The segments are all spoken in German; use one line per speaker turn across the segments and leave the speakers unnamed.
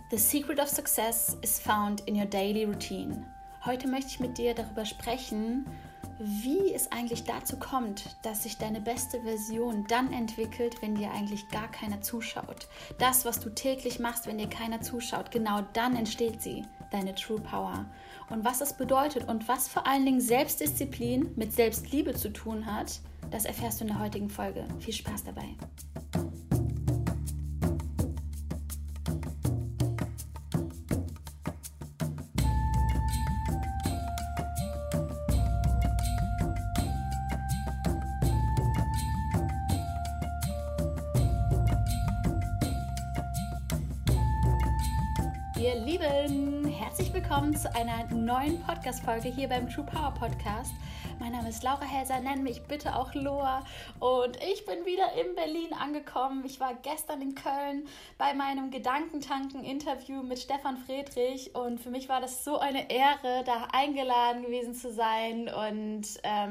The secret of success is found in your daily routine. Heute möchte ich mit dir darüber sprechen, wie es eigentlich dazu kommt, dass sich deine beste Version dann entwickelt, wenn dir eigentlich gar keiner zuschaut. Das, was du täglich machst, wenn dir keiner zuschaut, genau dann entsteht sie, deine True Power. Und was es bedeutet und was vor allen Dingen Selbstdisziplin mit Selbstliebe zu tun hat, das erfährst du in der heutigen Folge. Viel Spaß dabei! Ihr Lieben, herzlich willkommen zu einer neuen Podcast-Folge hier beim True Power Podcast. Mein Name ist Laura Helser, nenn mich bitte auch Loa und ich bin wieder in Berlin angekommen. Ich war gestern in Köln bei meinem Gedankentanken-Interview mit Stefan Friedrich und für mich war das so eine Ehre, da eingeladen gewesen zu sein und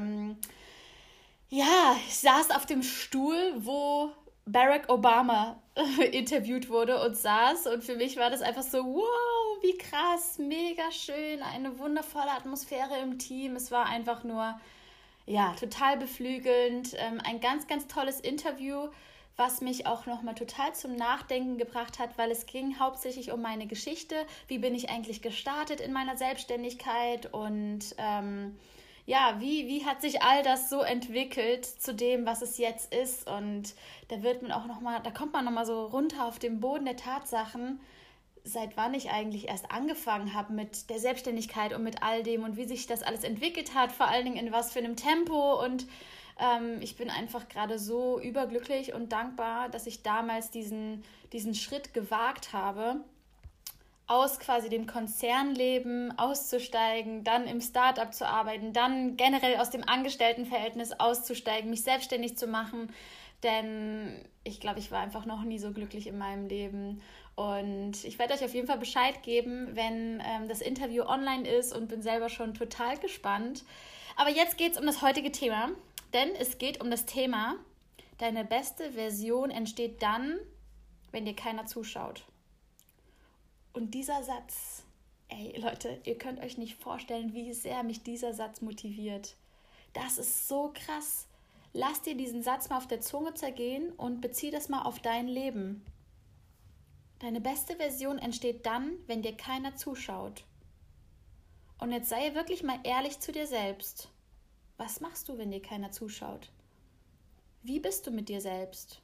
ich saß auf dem Stuhl, wo Barack Obama interviewt wurde und saß und für mich war das einfach so, wow, wie krass, mega schön, eine wundervolle Atmosphäre im Team, es war einfach nur, total beflügelnd, ein ganz, ganz tolles Interview, was mich auch nochmal total zum Nachdenken gebracht hat, weil es ging hauptsächlich um meine Geschichte, wie bin ich eigentlich gestartet in meiner Selbstständigkeit und wie hat sich all das so entwickelt zu dem, was es jetzt ist und da kommt man nochmal so runter auf den Boden der Tatsachen, seit wann ich eigentlich erst angefangen habe mit der Selbstständigkeit und mit all dem und wie sich das alles entwickelt hat, vor allen Dingen in was für einem Tempo und ich bin einfach gerade so überglücklich und dankbar, dass ich damals diesen Schritt gewagt habe, aus quasi dem Konzernleben auszusteigen, dann im Startup zu arbeiten, dann generell aus dem Angestelltenverhältnis auszusteigen, mich selbstständig zu machen, denn ich glaube, ich war einfach noch nie so glücklich in meinem Leben und ich werde euch auf jeden Fall Bescheid geben, wenn das Interview online ist und bin selber schon total gespannt. Aber jetzt geht es um das heutige Thema, denn es geht um das Thema, deine beste Version entsteht dann, wenn dir keiner zuschaut. Und dieser Satz, Leute, ihr könnt euch nicht vorstellen, wie sehr mich dieser Satz motiviert. Das ist so krass. Lass dir diesen Satz mal auf der Zunge zergehen und bezieh das mal auf dein Leben. Deine beste Version entsteht dann, wenn dir keiner zuschaut. Und jetzt sei wirklich mal ehrlich zu dir selbst. Was machst du, wenn dir keiner zuschaut? Wie bist du mit dir selbst?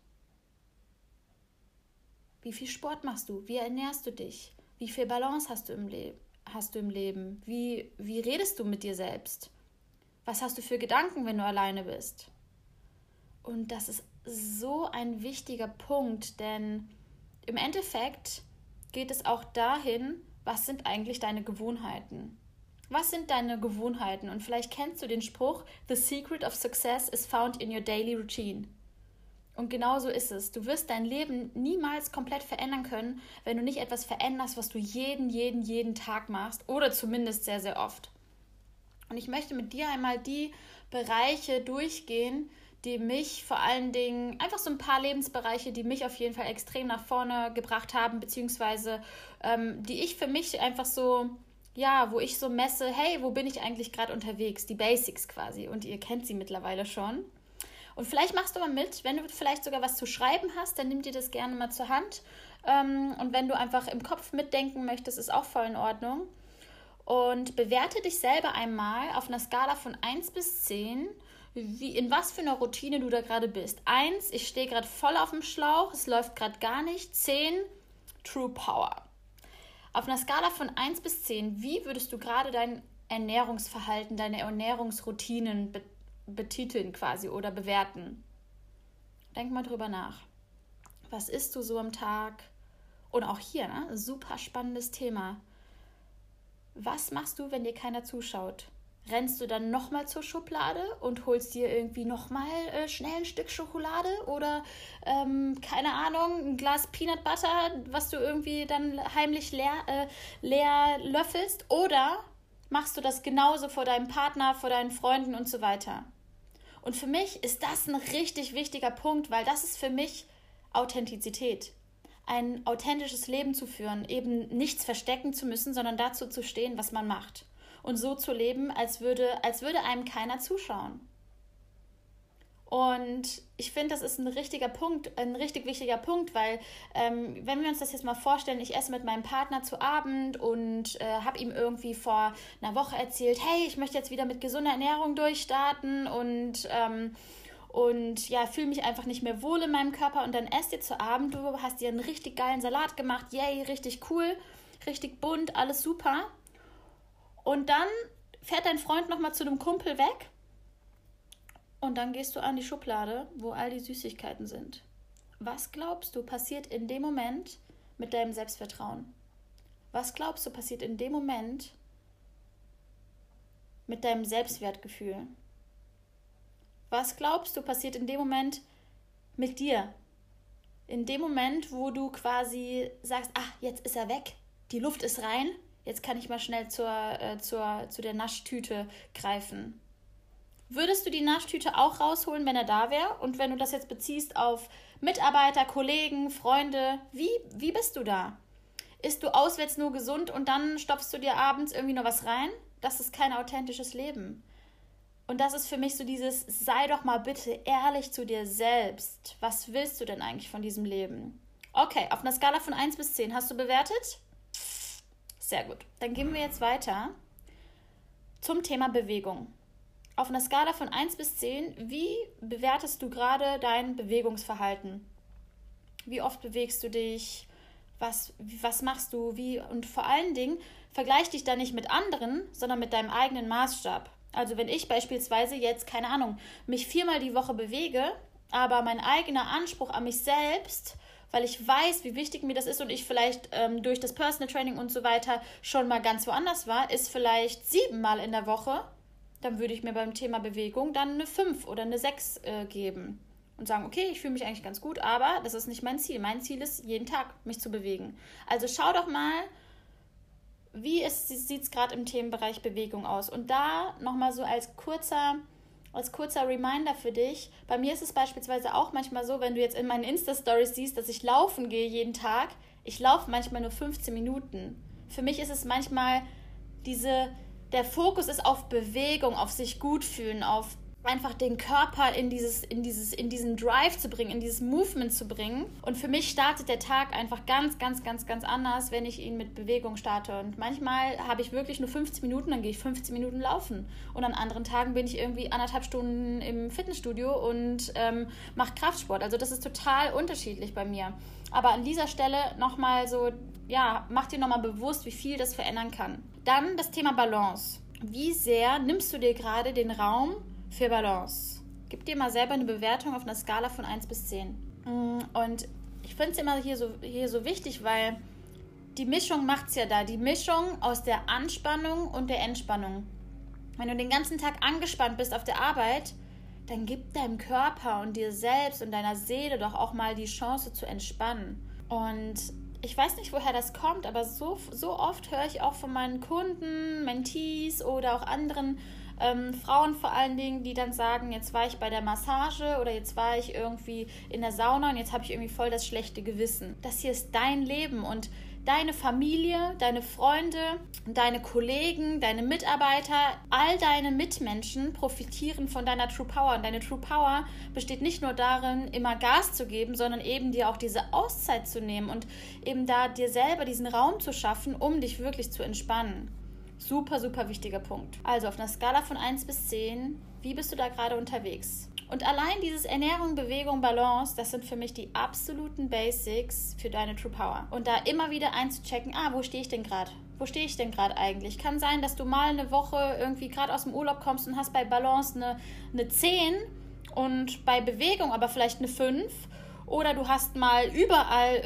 Wie viel Sport machst du? Wie ernährst du dich? Wie viel Balance hast du im Leben? Wie redest du mit dir selbst? Was hast du für Gedanken, wenn du alleine bist? Und das ist so ein wichtiger Punkt, denn im Endeffekt geht es auch dahin, was sind eigentlich deine Gewohnheiten? Was sind deine Gewohnheiten? Und vielleicht kennst du den Spruch, The secret of success is found in your daily routine. Und genau so ist es. Du wirst dein Leben niemals komplett verändern können, wenn du nicht etwas veränderst, was du jeden Tag machst oder zumindest sehr, sehr oft. Und ich möchte mit dir einmal die Bereiche durchgehen, die mich vor allen Dingen, einfach so ein paar Lebensbereiche, die mich auf jeden Fall extrem nach vorne gebracht haben, beziehungsweise die ich für mich einfach so, wo ich so messe, hey, wo bin ich eigentlich gerade unterwegs? Die Basics quasi. Und ihr kennt sie mittlerweile schon. Und vielleicht machst du mal mit, wenn du vielleicht sogar was zu schreiben hast, dann nimm dir das gerne mal zur Hand. Und wenn du einfach im Kopf mitdenken möchtest, ist auch voll in Ordnung. Und bewerte dich selber einmal auf einer Skala von 1 bis 10, in was für einer Routine du da gerade bist. 1, ich stehe gerade voll auf dem Schlauch, es läuft gerade gar nicht. 10, True Power. Auf einer Skala von 1 bis 10, wie würdest du gerade dein Ernährungsverhalten, deine Ernährungsroutinen betiteln quasi oder bewerten? Denk mal drüber nach. Was isst du so am Tag? Und auch hier, super spannendes Thema. Was machst du, wenn dir keiner zuschaut? Rennst du dann nochmal zur Schublade und holst dir irgendwie nochmal schnell ein Stück Schokolade oder, keine Ahnung, ein Glas Peanut Butter, was du irgendwie dann heimlich leer löffelst? Oder machst du das genauso vor deinem Partner, vor deinen Freunden und so weiter? Und für mich ist das ein richtig wichtiger Punkt, weil das ist für mich Authentizität. ein authentisches Leben zu führen, eben nichts verstecken zu müssen, sondern dazu zu stehen, was man macht. Und so zu leben, als würde einem keiner zuschauen. Und ich finde, das ist ein richtig wichtiger Punkt, weil wenn wir uns das jetzt mal vorstellen, ich esse mit meinem Partner zu Abend und habe ihm irgendwie vor einer Woche erzählt, hey, ich möchte jetzt wieder mit gesunder Ernährung durchstarten und ja, fühle mich einfach nicht mehr wohl in meinem Körper und dann esst ihr zu Abend, du hast dir einen richtig geilen Salat gemacht, yay, richtig cool, richtig bunt, alles super. Und dann fährt dein Freund nochmal zu einem Kumpel weg und dann gehst du an die Schublade, wo all die Süßigkeiten sind. Was glaubst du, passiert in dem Moment mit deinem Selbstvertrauen? Was glaubst du, passiert in dem Moment mit deinem Selbstwertgefühl? Was glaubst du, passiert in dem Moment mit dir? In dem Moment, wo du quasi sagst, jetzt ist er weg, die Luft ist rein, jetzt kann ich mal schnell zu der Naschtüte greifen. Würdest du die Naschtüte auch rausholen, wenn er da wäre? Und wenn du das jetzt beziehst auf Mitarbeiter, Kollegen, Freunde, wie bist du da? Isst du auswärts nur gesund und dann stopfst du dir abends irgendwie noch was rein? Das ist kein authentisches Leben. Und das ist für mich so dieses, sei doch mal bitte ehrlich zu dir selbst. Was willst du denn eigentlich von diesem Leben? Okay, auf einer Skala von 1 bis 10, hast du bewertet? Sehr gut. Dann gehen wir jetzt weiter zum Thema Bewegung. Auf einer Skala von 1 bis 10, wie bewertest du gerade dein Bewegungsverhalten? Wie oft bewegst du dich? Was machst du? Und vor allen Dingen, vergleich dich da nicht mit anderen, sondern mit deinem eigenen Maßstab. Also wenn ich beispielsweise jetzt, keine Ahnung, mich 4-mal die Woche bewege, aber mein eigener Anspruch an mich selbst, weil ich weiß, wie wichtig mir das ist und ich vielleicht durch das Personal Training und so weiter schon mal ganz woanders war, ist vielleicht 7-mal in der Woche, dann würde ich mir beim Thema Bewegung dann eine 5 oder eine 6 geben und sagen, okay, ich fühle mich eigentlich ganz gut, aber das ist nicht mein Ziel. Mein Ziel ist, jeden Tag mich zu bewegen. Also schau doch mal, wie sieht es gerade im Themenbereich Bewegung aus? Und da nochmal so als kurzer Reminder für dich, bei mir ist es beispielsweise auch manchmal so, wenn du jetzt in meinen Insta-Stories siehst, dass ich laufen gehe jeden Tag, ich laufe manchmal nur 15 Minuten. Für mich ist es manchmal der Fokus ist auf Bewegung, auf sich gut fühlen, auf einfach den Körper in diesen Drive zu bringen, in dieses Movement zu bringen. Und für mich startet der Tag einfach ganz, ganz, ganz, ganz anders, wenn ich ihn mit Bewegung starte. Und manchmal habe ich wirklich nur 15 Minuten, dann gehe ich 15 Minuten laufen. Und an anderen Tagen bin ich irgendwie 1,5 Stunden im Fitnessstudio und mache Kraftsport. Also das ist total unterschiedlich bei mir. Aber an dieser Stelle nochmal so, ja, mach dir nochmal bewusst, wie viel das verändern kann. Dann das Thema Balance. Wie sehr nimmst du dir gerade den Raum für Balance? Gib dir mal selber eine Bewertung auf einer Skala von 1 bis 10. Und ich finde es immer hier so wichtig, weil die Mischung macht es ja da. Die Mischung aus der Anspannung und der Entspannung. Wenn du den ganzen Tag angespannt bist auf der Arbeit, dann gib deinem Körper und dir selbst und deiner Seele doch auch mal die Chance zu entspannen. Und ich weiß nicht, woher das kommt, aber so oft höre ich auch von meinen Kunden, Mentees oder auch anderen Frauen vor allen Dingen, die dann sagen, jetzt war ich bei der Massage oder jetzt war ich irgendwie in der Sauna und jetzt habe ich irgendwie voll das schlechte Gewissen. Das hier ist dein Leben und deine Familie, deine Freunde, deine Kollegen, deine Mitarbeiter, all deine Mitmenschen profitieren von deiner True Power. Und deine True Power besteht nicht nur darin, immer Gas zu geben, sondern eben dir auch diese Auszeit zu nehmen und eben da dir selber diesen Raum zu schaffen, um dich wirklich zu entspannen. Super, super wichtiger Punkt. Also auf einer Skala von 1 bis 10, wie bist du da gerade unterwegs? Und allein dieses Ernährung, Bewegung, Balance, das sind für mich die absoluten Basics für deine True Power. Und da immer wieder einzuchecken, wo stehe ich denn gerade? Wo stehe ich denn gerade eigentlich? Kann sein, dass du mal eine Woche irgendwie gerade aus dem Urlaub kommst und hast bei Balance eine 10 und bei Bewegung aber vielleicht eine 5. Oder du hast mal überall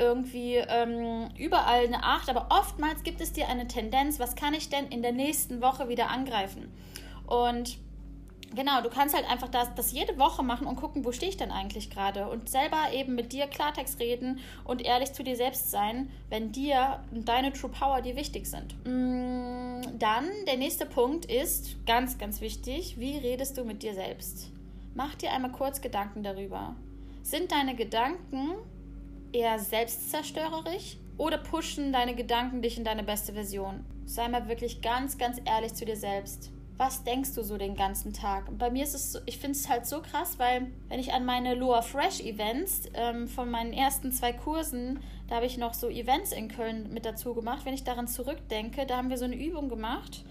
eine 8, aber oftmals gibt es dir eine Tendenz, was kann ich denn in der nächsten Woche wieder angreifen? Und genau, du kannst halt einfach das jede Woche machen und gucken, wo stehe ich denn eigentlich gerade? Und selber eben mit dir Klartext reden und ehrlich zu dir selbst sein, wenn dir und deine True Power dir wichtig sind. Dann der nächste Punkt ist, ganz, ganz wichtig, wie redest du mit dir selbst? Mach dir einmal kurz Gedanken darüber. Sind deine Gedanken eher selbstzerstörerisch oder pushen deine Gedanken dich in deine beste Version? Sei mal wirklich ganz, ganz ehrlich zu dir selbst. Was denkst du so den ganzen Tag? Und bei mir ist es so, ich finde es halt so krass, weil wenn ich an meine Loa Fresh Events von meinen ersten 2 Kursen, da habe ich noch so Events in Köln mit dazu gemacht, wenn ich daran zurückdenke, da haben wir so eine Übung gemacht.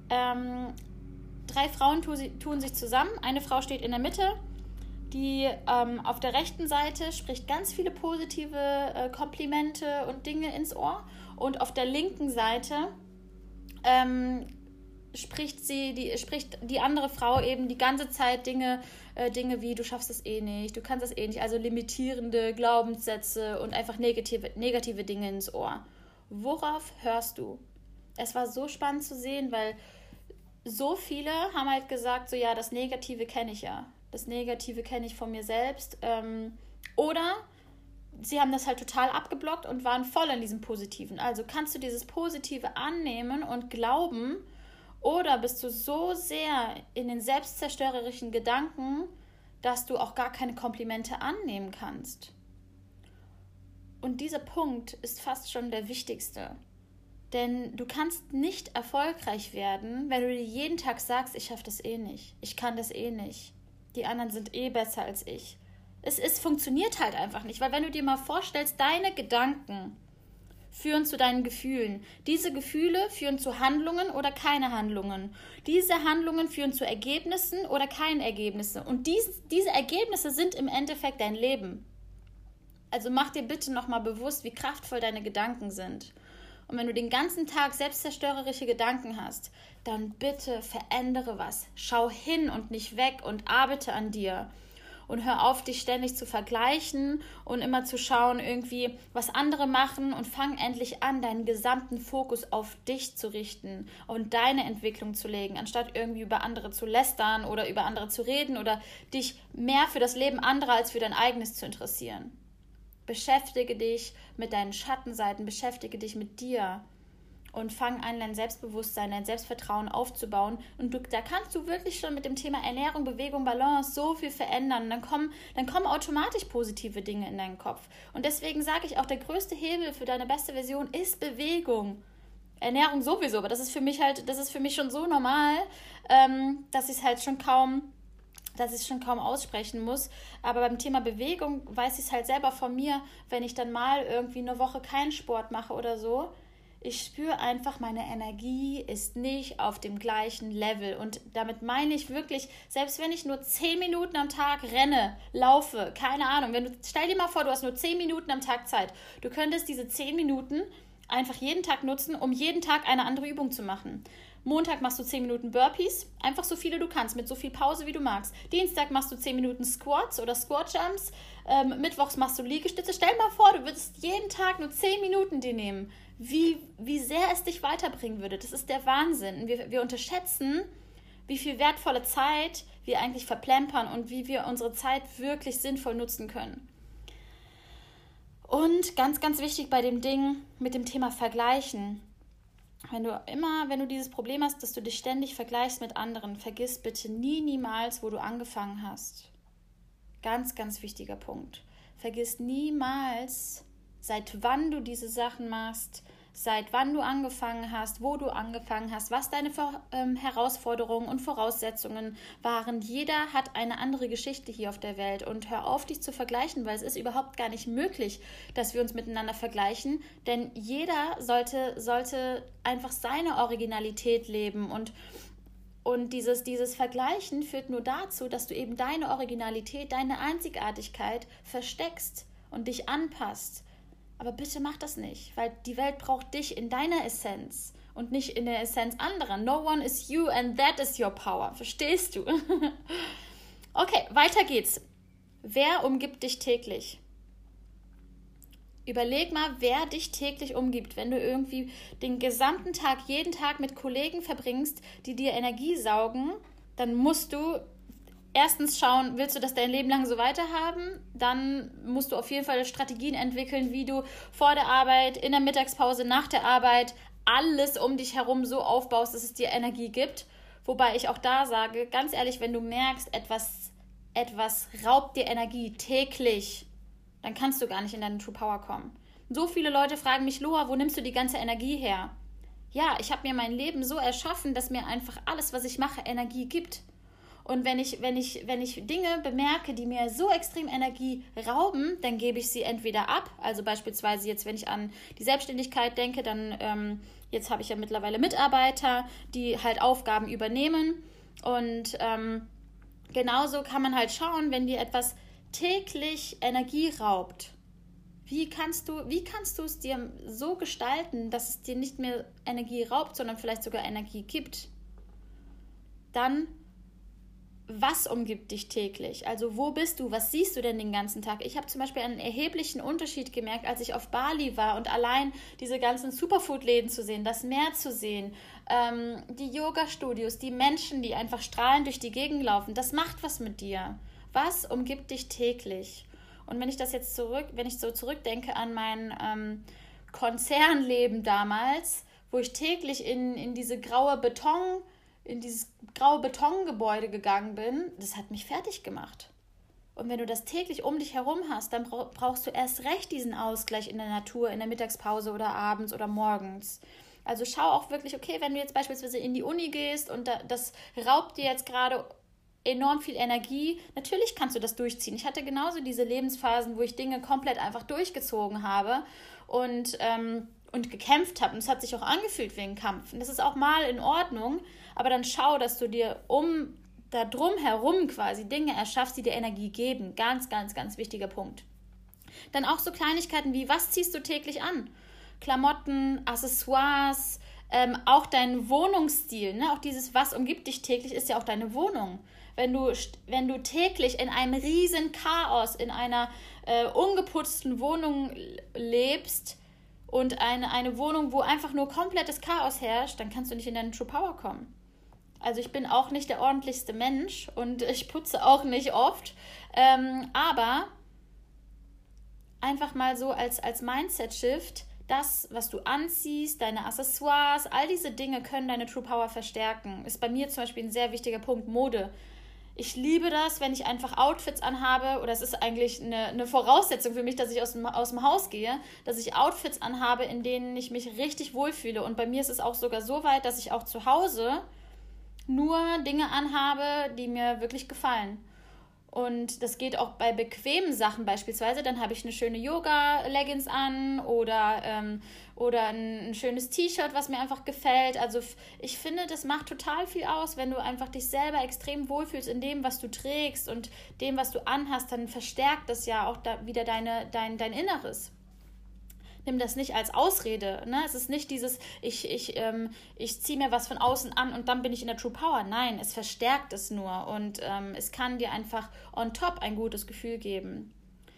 3 Frauen tun sich zusammen, eine Frau steht in der Mitte, die auf der rechten Seite spricht ganz viele positive Komplimente und Dinge ins Ohr und auf der linken Seite spricht die andere Frau eben die ganze Zeit Dinge wie, du schaffst es eh nicht, du kannst es eh nicht, also limitierende Glaubenssätze und einfach negative Dinge ins Ohr. Worauf hörst du? Es war so spannend zu sehen, weil so viele haben halt gesagt, so ja, das Negative kenne ich ja. Das Negative kenne ich von mir selbst. Oder sie haben das halt total abgeblockt und waren voll in diesem Positiven. Also kannst du dieses Positive annehmen und glauben, oder bist du so sehr in den selbstzerstörerischen Gedanken, dass du auch gar keine Komplimente annehmen kannst? Und dieser Punkt ist fast schon der wichtigste. Denn du kannst nicht erfolgreich werden, wenn du dir jeden Tag sagst, ich schaffe das eh nicht, ich kann das eh nicht, die anderen sind eh besser als ich. Es funktioniert halt einfach nicht, weil wenn du dir mal vorstellst, deine Gedanken führen zu deinen Gefühlen. Diese Gefühle führen zu Handlungen oder keine Handlungen. Diese Handlungen führen zu Ergebnissen oder keine Ergebnisse. Und diese Ergebnisse sind im Endeffekt dein Leben. Also mach dir bitte nochmal bewusst, wie kraftvoll deine Gedanken sind. Und wenn du den ganzen Tag selbstzerstörerische Gedanken hast, dann bitte verändere was. Schau hin und nicht weg und arbeite an dir. Und hör auf, dich ständig zu vergleichen und immer zu schauen, irgendwie, was andere machen und fang endlich an, deinen gesamten Fokus auf dich zu richten und deine Entwicklung zu legen, anstatt irgendwie über andere zu lästern oder über andere zu reden oder dich mehr für das Leben anderer als für dein eigenes zu interessieren. Beschäftige dich mit deinen Schattenseiten, beschäftige dich mit dir und fang an, dein Selbstbewusstsein, dein Selbstvertrauen aufzubauen. Und da kannst du wirklich schon mit dem Thema Ernährung, Bewegung, Balance so viel verändern. Dann kommen automatisch positive Dinge in deinen Kopf. Und deswegen sage ich auch, der größte Hebel für deine beste Version ist Bewegung. Ernährung sowieso, aber das ist für mich schon so normal, dass ich es halt schon kaum aussprechen muss. Aber beim Thema Bewegung weiß ich es halt selber von mir, wenn ich dann mal irgendwie eine Woche keinen Sport mache oder so. Ich spüre einfach, meine Energie ist nicht auf dem gleichen Level. Und damit meine ich wirklich, selbst wenn ich nur 10 Minuten am Tag renne, laufe, keine Ahnung. Stell dir mal vor, du hast nur 10 Minuten am Tag Zeit. Du könntest diese 10 Minuten einfach jeden Tag nutzen, um jeden Tag eine andere Übung zu machen. Montag machst du 10 Minuten Burpees, einfach so viele du kannst, mit so viel Pause, wie du magst. Dienstag machst du 10 Minuten Squats oder Squat Jumps. Mittwochs machst du Liegestütze. Stell dir mal vor, du würdest jeden Tag nur 10 Minuten dir nehmen. Wie sehr es dich weiterbringen würde. Das ist der Wahnsinn. Wir unterschätzen, wie viel wertvolle Zeit wir eigentlich verplempern und wie wir unsere Zeit wirklich sinnvoll nutzen können. Und ganz, ganz wichtig bei dem Ding mit dem Thema Vergleichen. Wenn du dieses Problem hast, dass du dich ständig vergleichst mit anderen, vergiss bitte niemals, wo du angefangen hast. Ganz, ganz wichtiger Punkt. Vergiss niemals, seit wann du diese Sachen machst, seit wann du angefangen hast, wo du angefangen hast, was deine Herausforderungen und Voraussetzungen waren. Jeder hat eine andere Geschichte hier auf der Welt und hör auf, dich zu vergleichen, weil es ist überhaupt gar nicht möglich, dass wir uns miteinander vergleichen, denn jeder sollte einfach seine Originalität leben und dieses Vergleichen führt nur dazu, dass du eben deine Originalität, deine Einzigartigkeit versteckst und dich anpasst. Aber bitte mach das nicht, weil die Welt braucht dich in deiner Essenz und nicht in der Essenz anderer. No one is you and that is your power. Verstehst du? Okay, weiter geht's. Wer umgibt dich täglich? Überleg mal, wer dich täglich umgibt. Wenn du irgendwie den gesamten Tag, jeden Tag mit Kollegen verbringst, die dir Energie saugen, dann musst du erstens schauen, willst du das dein Leben lang so weiterhaben? Dann musst du auf jeden Fall Strategien entwickeln, wie du vor der Arbeit, in der Mittagspause, nach der Arbeit alles um dich herum so aufbaust, dass es dir Energie gibt. Wobei ich auch da sage, ganz ehrlich, wenn du merkst, etwas raubt dir Energie täglich, dann kannst du gar nicht in deine True Power kommen. So viele Leute fragen mich, Loa, wo nimmst du die ganze Energie her? Ja, ich habe mir mein Leben so erschaffen, dass mir einfach alles, was ich mache, Energie gibt. Und wenn ich Dinge bemerke, die mir so extrem Energie rauben, dann gebe ich sie entweder ab. Also beispielsweise jetzt, wenn ich an die Selbstständigkeit denke, dann jetzt habe ich ja mittlerweile Mitarbeiter, die halt Aufgaben übernehmen. Und genauso kann man halt schauen, wenn dir etwas täglich Energie raubt. Wie kannst du es dir so gestalten, dass es dir nicht mehr Energie raubt, sondern vielleicht sogar Energie gibt? Dann, was umgibt dich täglich? Also wo bist du? Was siehst du denn den ganzen Tag? Ich habe zum Beispiel einen erheblichen Unterschied gemerkt, als ich auf Bali war und allein diese ganzen Superfood-Läden zu sehen, das Meer zu sehen, die Yoga-Studios, die Menschen, die einfach strahlend durch die Gegend laufen. Das macht was mit dir. Was umgibt dich täglich? Und wenn ich so zurückdenke an mein Konzernleben damals, wo ich täglich in dieses graue Betongebäude gegangen bin, das hat mich fertig gemacht. Und wenn du das täglich um dich herum hast, dann brauchst du erst recht diesen Ausgleich in der Natur, in der Mittagspause oder abends oder morgens. Also schau auch wirklich, okay, wenn du jetzt beispielsweise in die Uni gehst und das raubt dir jetzt gerade enorm viel Energie, natürlich kannst du das durchziehen. Ich hatte genauso diese Lebensphasen, wo ich Dinge komplett einfach durchgezogen habe und gekämpft habe. Und es hat sich auch angefühlt wie ein Kampf. Und das ist auch mal in Ordnung, aber dann schau, dass du dir da drum herum quasi Dinge erschaffst, die dir Energie geben. Ganz, ganz, ganz wichtiger Punkt. Dann auch so Kleinigkeiten wie, was ziehst du täglich an? Klamotten, Accessoires, auch dein Wohnungsstil, ne? Auch dieses, was umgibt dich täglich, ist ja auch deine Wohnung. Wenn du täglich in einem riesen Chaos, in einer ungeputzten Wohnung lebst und eine Wohnung, wo einfach nur komplettes Chaos herrscht, dann kannst du nicht in deine True Power kommen. Also ich bin auch nicht der ordentlichste Mensch und ich putze auch nicht oft, aber einfach mal so als Mindset-Shift, das, was du anziehst, deine Accessoires, all diese Dinge können deine True Power verstärken. Ist bei mir zum Beispiel ein sehr wichtiger Punkt, Mode. Ich liebe das, wenn ich einfach Outfits anhabe, oder es ist eigentlich eine Voraussetzung für mich, dass ich aus dem Haus gehe, dass ich Outfits anhabe, in denen ich mich richtig wohlfühle. Und bei mir ist es auch sogar so weit, dass ich auch zu Hause nur Dinge anhabe, die mir wirklich gefallen. Und das geht auch bei bequemen Sachen beispielsweise. Dann habe ich eine schöne Yoga-Leggings an oder ein schönes T-Shirt, was mir einfach gefällt. Also ich finde, das macht total viel aus, wenn du einfach dich selber extrem wohlfühlst in dem, was du trägst und dem, was du anhast, dann verstärkt das ja auch wieder dein Inneres. Nimm das nicht als Ausrede, ne? Es ist nicht dieses, ich ziehe mir was von außen an und dann bin ich in der True Power. Nein, es verstärkt es nur und es kann dir einfach on top ein gutes Gefühl geben.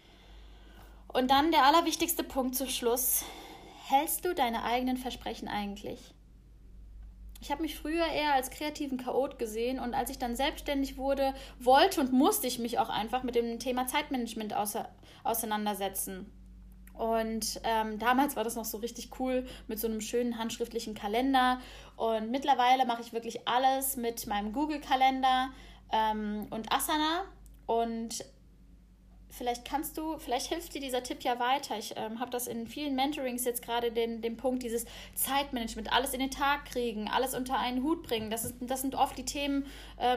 Und dann der allerwichtigste Punkt zum Schluss. Hältst du deine eigenen Versprechen eigentlich? Ich habe mich früher eher als kreativen Chaot gesehen und als ich dann selbstständig wurde, wollte und musste ich mich auch einfach mit dem Thema Zeitmanagement auseinandersetzen. Und damals war das noch so richtig cool mit so einem schönen handschriftlichen Kalender. Und mittlerweile mache ich wirklich alles mit meinem Google-Kalender und Asana. Und vielleicht hilft dir dieser Tipp ja weiter. Ich habe das in vielen Mentorings jetzt gerade den Punkt, dieses Zeitmanagement, alles in den Tag kriegen, alles unter einen Hut bringen. Das sind oft die Themen,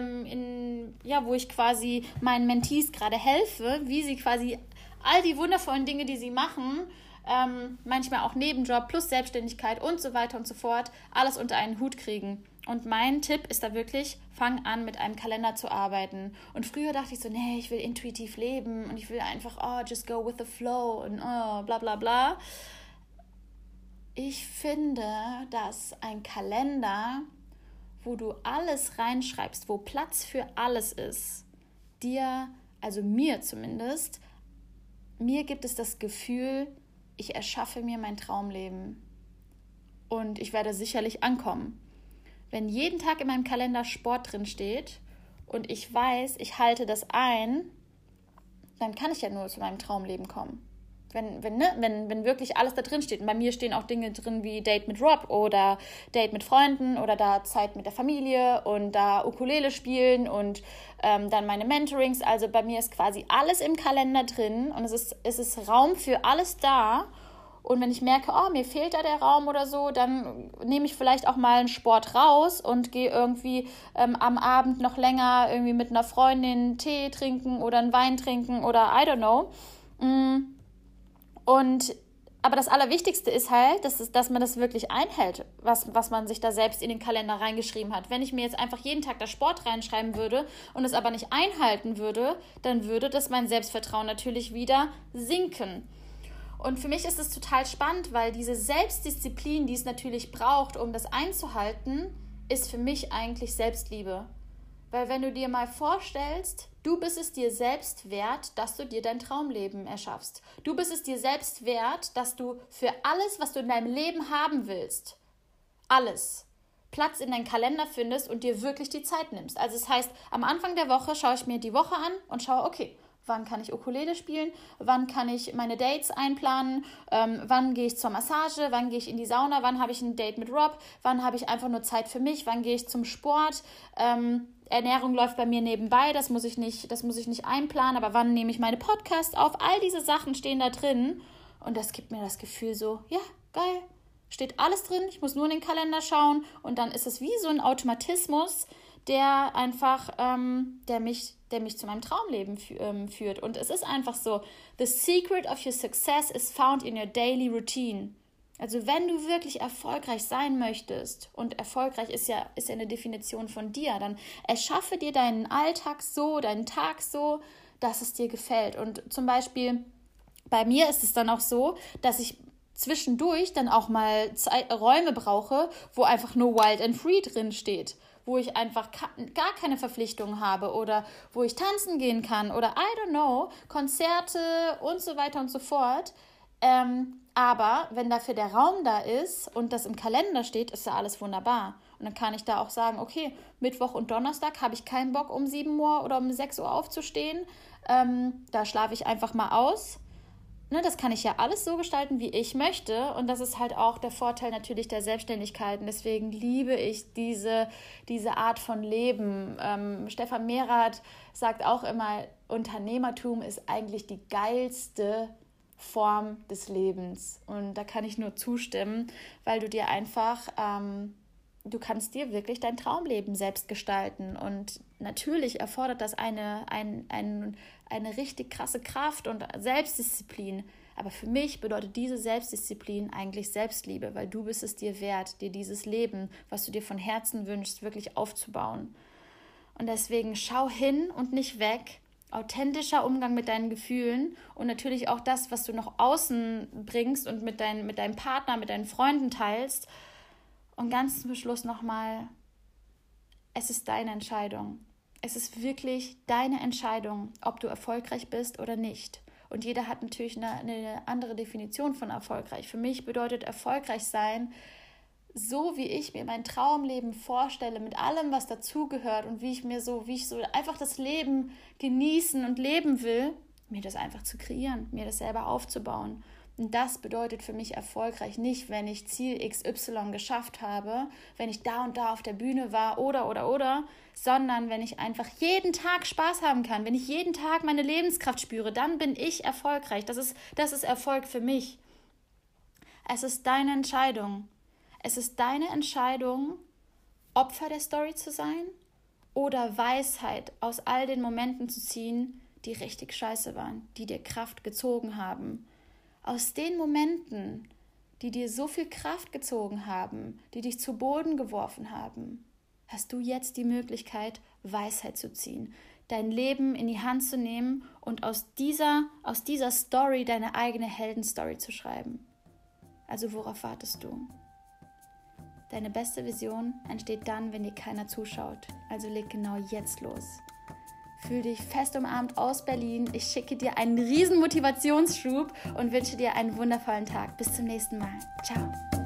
wo ich quasi meinen Mentees gerade helfe, wie sie quasi all die wundervollen Dinge, die sie machen, manchmal auch Nebenjob plus Selbstständigkeit und so weiter und so fort, alles unter einen Hut kriegen. Und mein Tipp ist da wirklich, fang an, mit einem Kalender zu arbeiten. Und früher dachte ich so, nee, ich will intuitiv leben und ich will einfach, just go with the flow und bla bla bla. Ich finde, dass ein Kalender, wo du alles reinschreibst, wo Platz für alles ist, mir zumindest, mir gibt es das Gefühl, ich erschaffe mir mein Traumleben. Und ich werde sicherlich ankommen. Wenn jeden Tag in meinem Kalender Sport drin steht und ich weiß, ich halte das ein, dann kann ich ja nur zu meinem Traumleben kommen. Wenn wirklich alles da drin steht. Und bei mir stehen auch Dinge drin wie Date mit Rob oder Date mit Freunden oder da Zeit mit der Familie und da Ukulele spielen und dann meine Mentorings. Also bei mir ist quasi alles im Kalender drin und es ist Raum für alles da. Und wenn ich merke, oh, mir fehlt da der Raum oder so, dann nehme ich vielleicht auch mal einen Sport raus und gehe irgendwie am Abend noch länger irgendwie mit einer Freundin Tee trinken oder einen Wein trinken oder I don't know. Aber das Allerwichtigste ist halt, dass man das wirklich einhält, was man sich da selbst in den Kalender reingeschrieben hat. Wenn ich mir jetzt einfach jeden Tag da Sport reinschreiben würde und es aber nicht einhalten würde, dann würde das mein Selbstvertrauen natürlich wieder sinken. Und für mich ist es total spannend, weil diese Selbstdisziplin, die es natürlich braucht, um das einzuhalten, ist für mich eigentlich Selbstliebe. Weil wenn du dir mal vorstellst, du bist es dir selbst wert, dass du dir dein Traumleben erschaffst. Du bist es dir selbst wert, dass du für alles, was du in deinem Leben haben willst, alles, Platz in deinen Kalender findest und dir wirklich die Zeit nimmst. Also das heißt, am Anfang der Woche schaue ich mir die Woche an und schaue, okay, wann kann ich Ukulele spielen, wann kann ich meine Dates einplanen, wann gehe ich zur Massage, wann gehe ich in die Sauna, wann habe ich ein Date mit Rob, wann habe ich einfach nur Zeit für mich, wann gehe ich zum Sport, Ernährung läuft bei mir nebenbei, das muss ich nicht einplanen, aber wann nehme ich meine Podcasts auf, all diese Sachen stehen da drin und das gibt mir das Gefühl so, ja, geil, steht alles drin, ich muss nur in den Kalender schauen und dann ist es wie so ein Automatismus, der einfach, der mich zu meinem Traumleben führt. Und es ist einfach so, the secret of your success is found in your daily routine. Also wenn du wirklich erfolgreich sein möchtest, und erfolgreich ist ja eine Definition von dir, dann erschaffe dir deinen Alltag so, deinen Tag so, dass es dir gefällt. Und zum Beispiel bei mir ist es dann auch so, dass ich zwischendurch dann auch mal Räume brauche, wo einfach nur Wild and Free drin steht, wo ich einfach gar keine Verpflichtungen habe oder wo ich tanzen gehen kann oder I don't know, Konzerte und so weiter und so fort. Aber wenn dafür der Raum da ist und das im Kalender steht, ist ja alles wunderbar. Und dann kann ich da auch sagen, okay, Mittwoch und Donnerstag habe ich keinen Bock, um 7 Uhr oder um 6 Uhr aufzustehen. Da schlafe ich einfach mal aus. Ne, das kann ich ja alles so gestalten, wie ich möchte. Und das ist halt auch der Vorteil natürlich der Selbstständigkeit. Und deswegen liebe ich diese Art von Leben. Stefan Merath sagt auch immer, Unternehmertum ist eigentlich die geilste Form des Lebens. Und da kann ich nur zustimmen, weil du dir einfach, du kannst dir wirklich dein Traumleben selbst gestalten. Und natürlich erfordert das eine richtig krasse Kraft und Selbstdisziplin. Aber für mich bedeutet diese Selbstdisziplin eigentlich Selbstliebe, weil du bist es dir wert, dir dieses Leben, was du dir von Herzen wünschst, wirklich aufzubauen. Und deswegen schau hin und nicht weg. Authentischer Umgang mit deinen Gefühlen und natürlich auch das, was du nach außen bringst und mit deinem Partner, mit deinen Freunden teilst. Und ganz zum Schluss nochmal, es ist deine Entscheidung. Es ist wirklich deine Entscheidung, ob du erfolgreich bist oder nicht. Und jeder hat natürlich eine andere Definition von erfolgreich. Für mich bedeutet erfolgreich sein, so wie ich mir mein Traumleben vorstelle, mit allem, was dazugehört und wie ich so einfach das Leben genießen und leben will, mir das einfach zu kreieren, mir das selber aufzubauen. Und das bedeutet für mich erfolgreich nicht, wenn ich Ziel XY geschafft habe, wenn ich da und da auf der Bühne war oder, sondern wenn ich einfach jeden Tag Spaß haben kann, wenn ich jeden Tag meine Lebenskraft spüre, dann bin ich erfolgreich. Das ist Erfolg für mich. Es ist deine Entscheidung. Es ist deine Entscheidung, Opfer der Story zu sein oder Weisheit aus all den Momenten zu ziehen, die richtig scheiße waren, die dir Kraft gezogen haben. Aus den Momenten, die dir so viel Kraft gezogen haben, die dich zu Boden geworfen haben, hast du jetzt die Möglichkeit, Weisheit zu ziehen, dein Leben in die Hand zu nehmen und aus dieser Story deine eigene Heldenstory zu schreiben. Also worauf wartest du? Deine beste Vision entsteht dann, wenn dir keiner zuschaut. Also leg genau jetzt los. Fühl dich fest umarmt aus Berlin. Ich schicke dir einen riesen Motivationsschub und wünsche dir einen wundervollen Tag. Bis zum nächsten Mal. Ciao.